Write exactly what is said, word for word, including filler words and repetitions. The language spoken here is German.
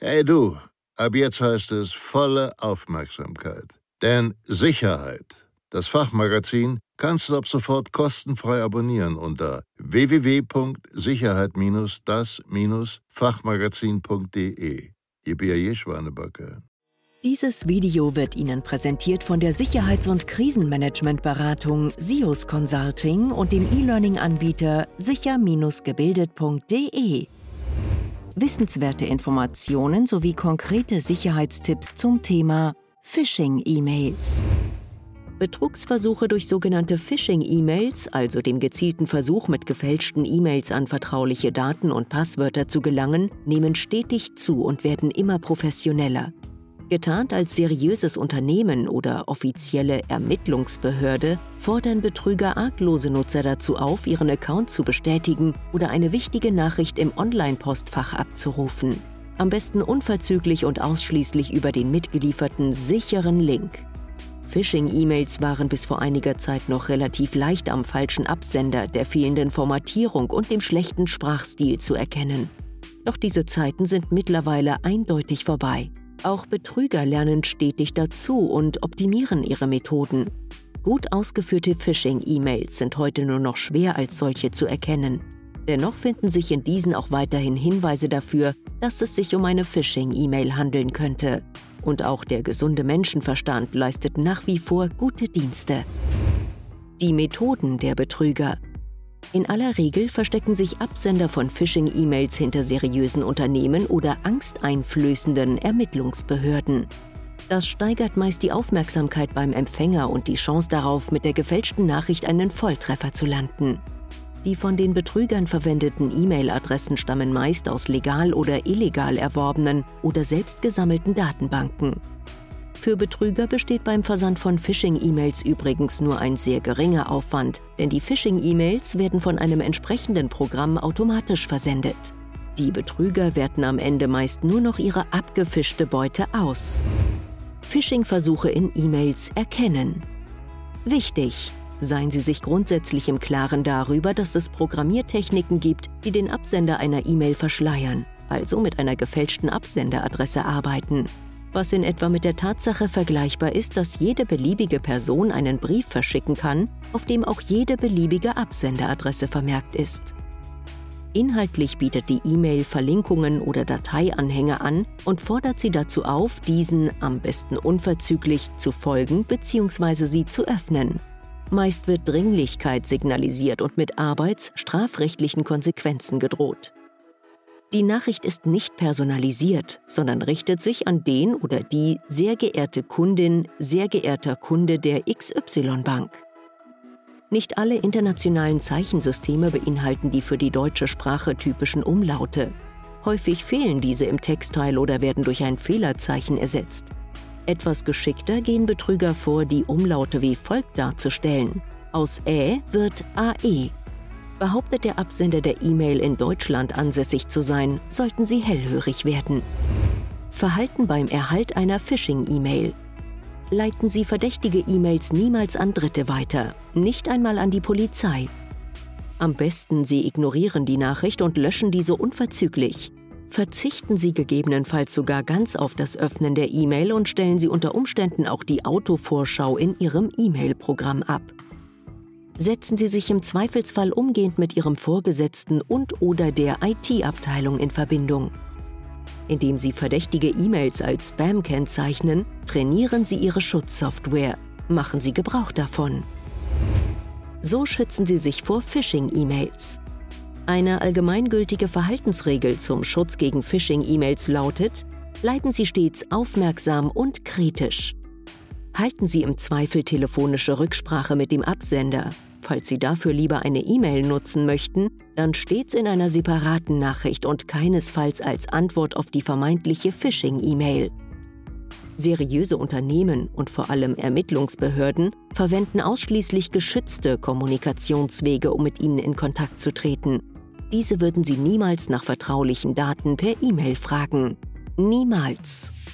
Hey du, ab jetzt heißt es volle Aufmerksamkeit. Denn Sicherheit, das Fachmagazin, kannst du ab sofort kostenfrei abonnieren unter w w w punkt sicherheit das Fachmagazin punkt de. Ihr B A J-Schwanebacke. Dieses Video wird Ihnen präsentiert von der Sicherheits- und Krisenmanagementberatung SIOS Consulting und dem E-Learning-Anbieter sicher gebildet punkt de. Wissenswerte Informationen sowie konkrete Sicherheitstipps zum Thema Phishing-E-Mails. Betrugsversuche durch sogenannte Phishing-E-Mails, also dem gezielten Versuch, mit gefälschten E-Mails an vertrauliche Daten und Passwörter zu gelangen, nehmen stetig zu und werden immer professioneller. Getarnt als seriöses Unternehmen oder offizielle Ermittlungsbehörde fordern Betrüger arglose Nutzer dazu auf, ihren Account zu bestätigen oder eine wichtige Nachricht im Online-Postfach abzurufen. Am besten unverzüglich und ausschließlich über den mitgelieferten sicheren Link. Phishing-E-Mails waren bis vor einiger Zeit noch relativ leicht am falschen Absender, der fehlenden Formatierung und dem schlechten Sprachstil zu erkennen. Doch diese Zeiten sind mittlerweile eindeutig vorbei. Auch Betrüger lernen stetig dazu und optimieren ihre Methoden. Gut ausgeführte Phishing-E-Mails sind heute nur noch schwer als solche zu erkennen. Dennoch finden sich in diesen auch weiterhin Hinweise dafür, dass es sich um eine Phishing-E-Mail handeln könnte. Und auch der gesunde Menschenverstand leistet nach wie vor gute Dienste. Die Methoden der Betrüger. In aller Regel verstecken sich Absender von Phishing-E-Mails hinter seriösen Unternehmen oder angsteinflößenden Ermittlungsbehörden. Das steigert meist die Aufmerksamkeit beim Empfänger und die Chance darauf, mit der gefälschten Nachricht einen Volltreffer zu landen. Die von den Betrügern verwendeten E-Mail-Adressen stammen meist aus legal oder illegal erworbenen oder selbst gesammelten Datenbanken. Für Betrüger besteht beim Versand von Phishing-E-Mails übrigens nur ein sehr geringer Aufwand, denn die Phishing-E-Mails werden von einem entsprechenden Programm automatisch versendet. Die Betrüger werten am Ende meist nur noch ihre abgefischte Beute aus. Phishing-Versuche in E-Mails erkennen. Wichtig: Seien Sie sich grundsätzlich im Klaren darüber, dass es Programmiertechniken gibt, die den Absender einer E-Mail verschleiern, also mit einer gefälschten Absenderadresse arbeiten. Was in etwa mit der Tatsache vergleichbar ist, dass jede beliebige Person einen Brief verschicken kann, auf dem auch jede beliebige Absenderadresse vermerkt ist. Inhaltlich bietet die E-Mail Verlinkungen oder Dateianhänge an und fordert Sie dazu auf, diesen am besten unverzüglich zu folgen bzw. sie zu öffnen. Meist wird Dringlichkeit signalisiert und mit arbeits-, strafrechtlichen Konsequenzen gedroht. Die Nachricht ist nicht personalisiert, sondern richtet sich an den oder die sehr geehrte Kundin, sehr geehrter Kunde der X Y-Bank. Nicht alle internationalen Zeichensysteme beinhalten die für die deutsche Sprache typischen Umlaute. Häufig fehlen diese im Textteil oder werden durch ein Fehlerzeichen ersetzt. Etwas geschickter gehen Betrüger vor, die Umlaute wie folgt darzustellen. Aus Ä wird A E. Behauptet der Absender der E-Mail in Deutschland ansässig zu sein, sollten Sie hellhörig werden. Verhalten beim Erhalt einer Phishing-E-Mail. Leiten Sie verdächtige E-Mails niemals an Dritte weiter, nicht einmal an die Polizei. Am besten Sie ignorieren die Nachricht und löschen diese unverzüglich. Verzichten Sie gegebenenfalls sogar ganz auf das Öffnen der E-Mail und stellen Sie unter Umständen auch die Autovorschau in Ihrem E-Mail-Programm ab. Setzen Sie sich im Zweifelsfall umgehend mit Ihrem Vorgesetzten und/oder der I T-Abteilung in Verbindung. Indem Sie verdächtige E-Mails als Spam kennzeichnen, trainieren Sie Ihre Schutzsoftware. Machen Sie Gebrauch davon. So schützen Sie sich vor Phishing-E-Mails. Eine allgemeingültige Verhaltensregel zum Schutz gegen Phishing-E-Mails lautet: Bleiben Sie stets aufmerksam und kritisch. Halten Sie im Zweifel telefonische Rücksprache mit dem Absender. Falls Sie dafür lieber eine E-Mail nutzen möchten, dann stets in einer separaten Nachricht und keinesfalls als Antwort auf die vermeintliche Phishing-E-Mail. Seriöse Unternehmen und vor allem Ermittlungsbehörden verwenden ausschließlich geschützte Kommunikationswege, um mit Ihnen in Kontakt zu treten. Diese würden Sie niemals nach vertraulichen Daten per E-Mail fragen. Niemals!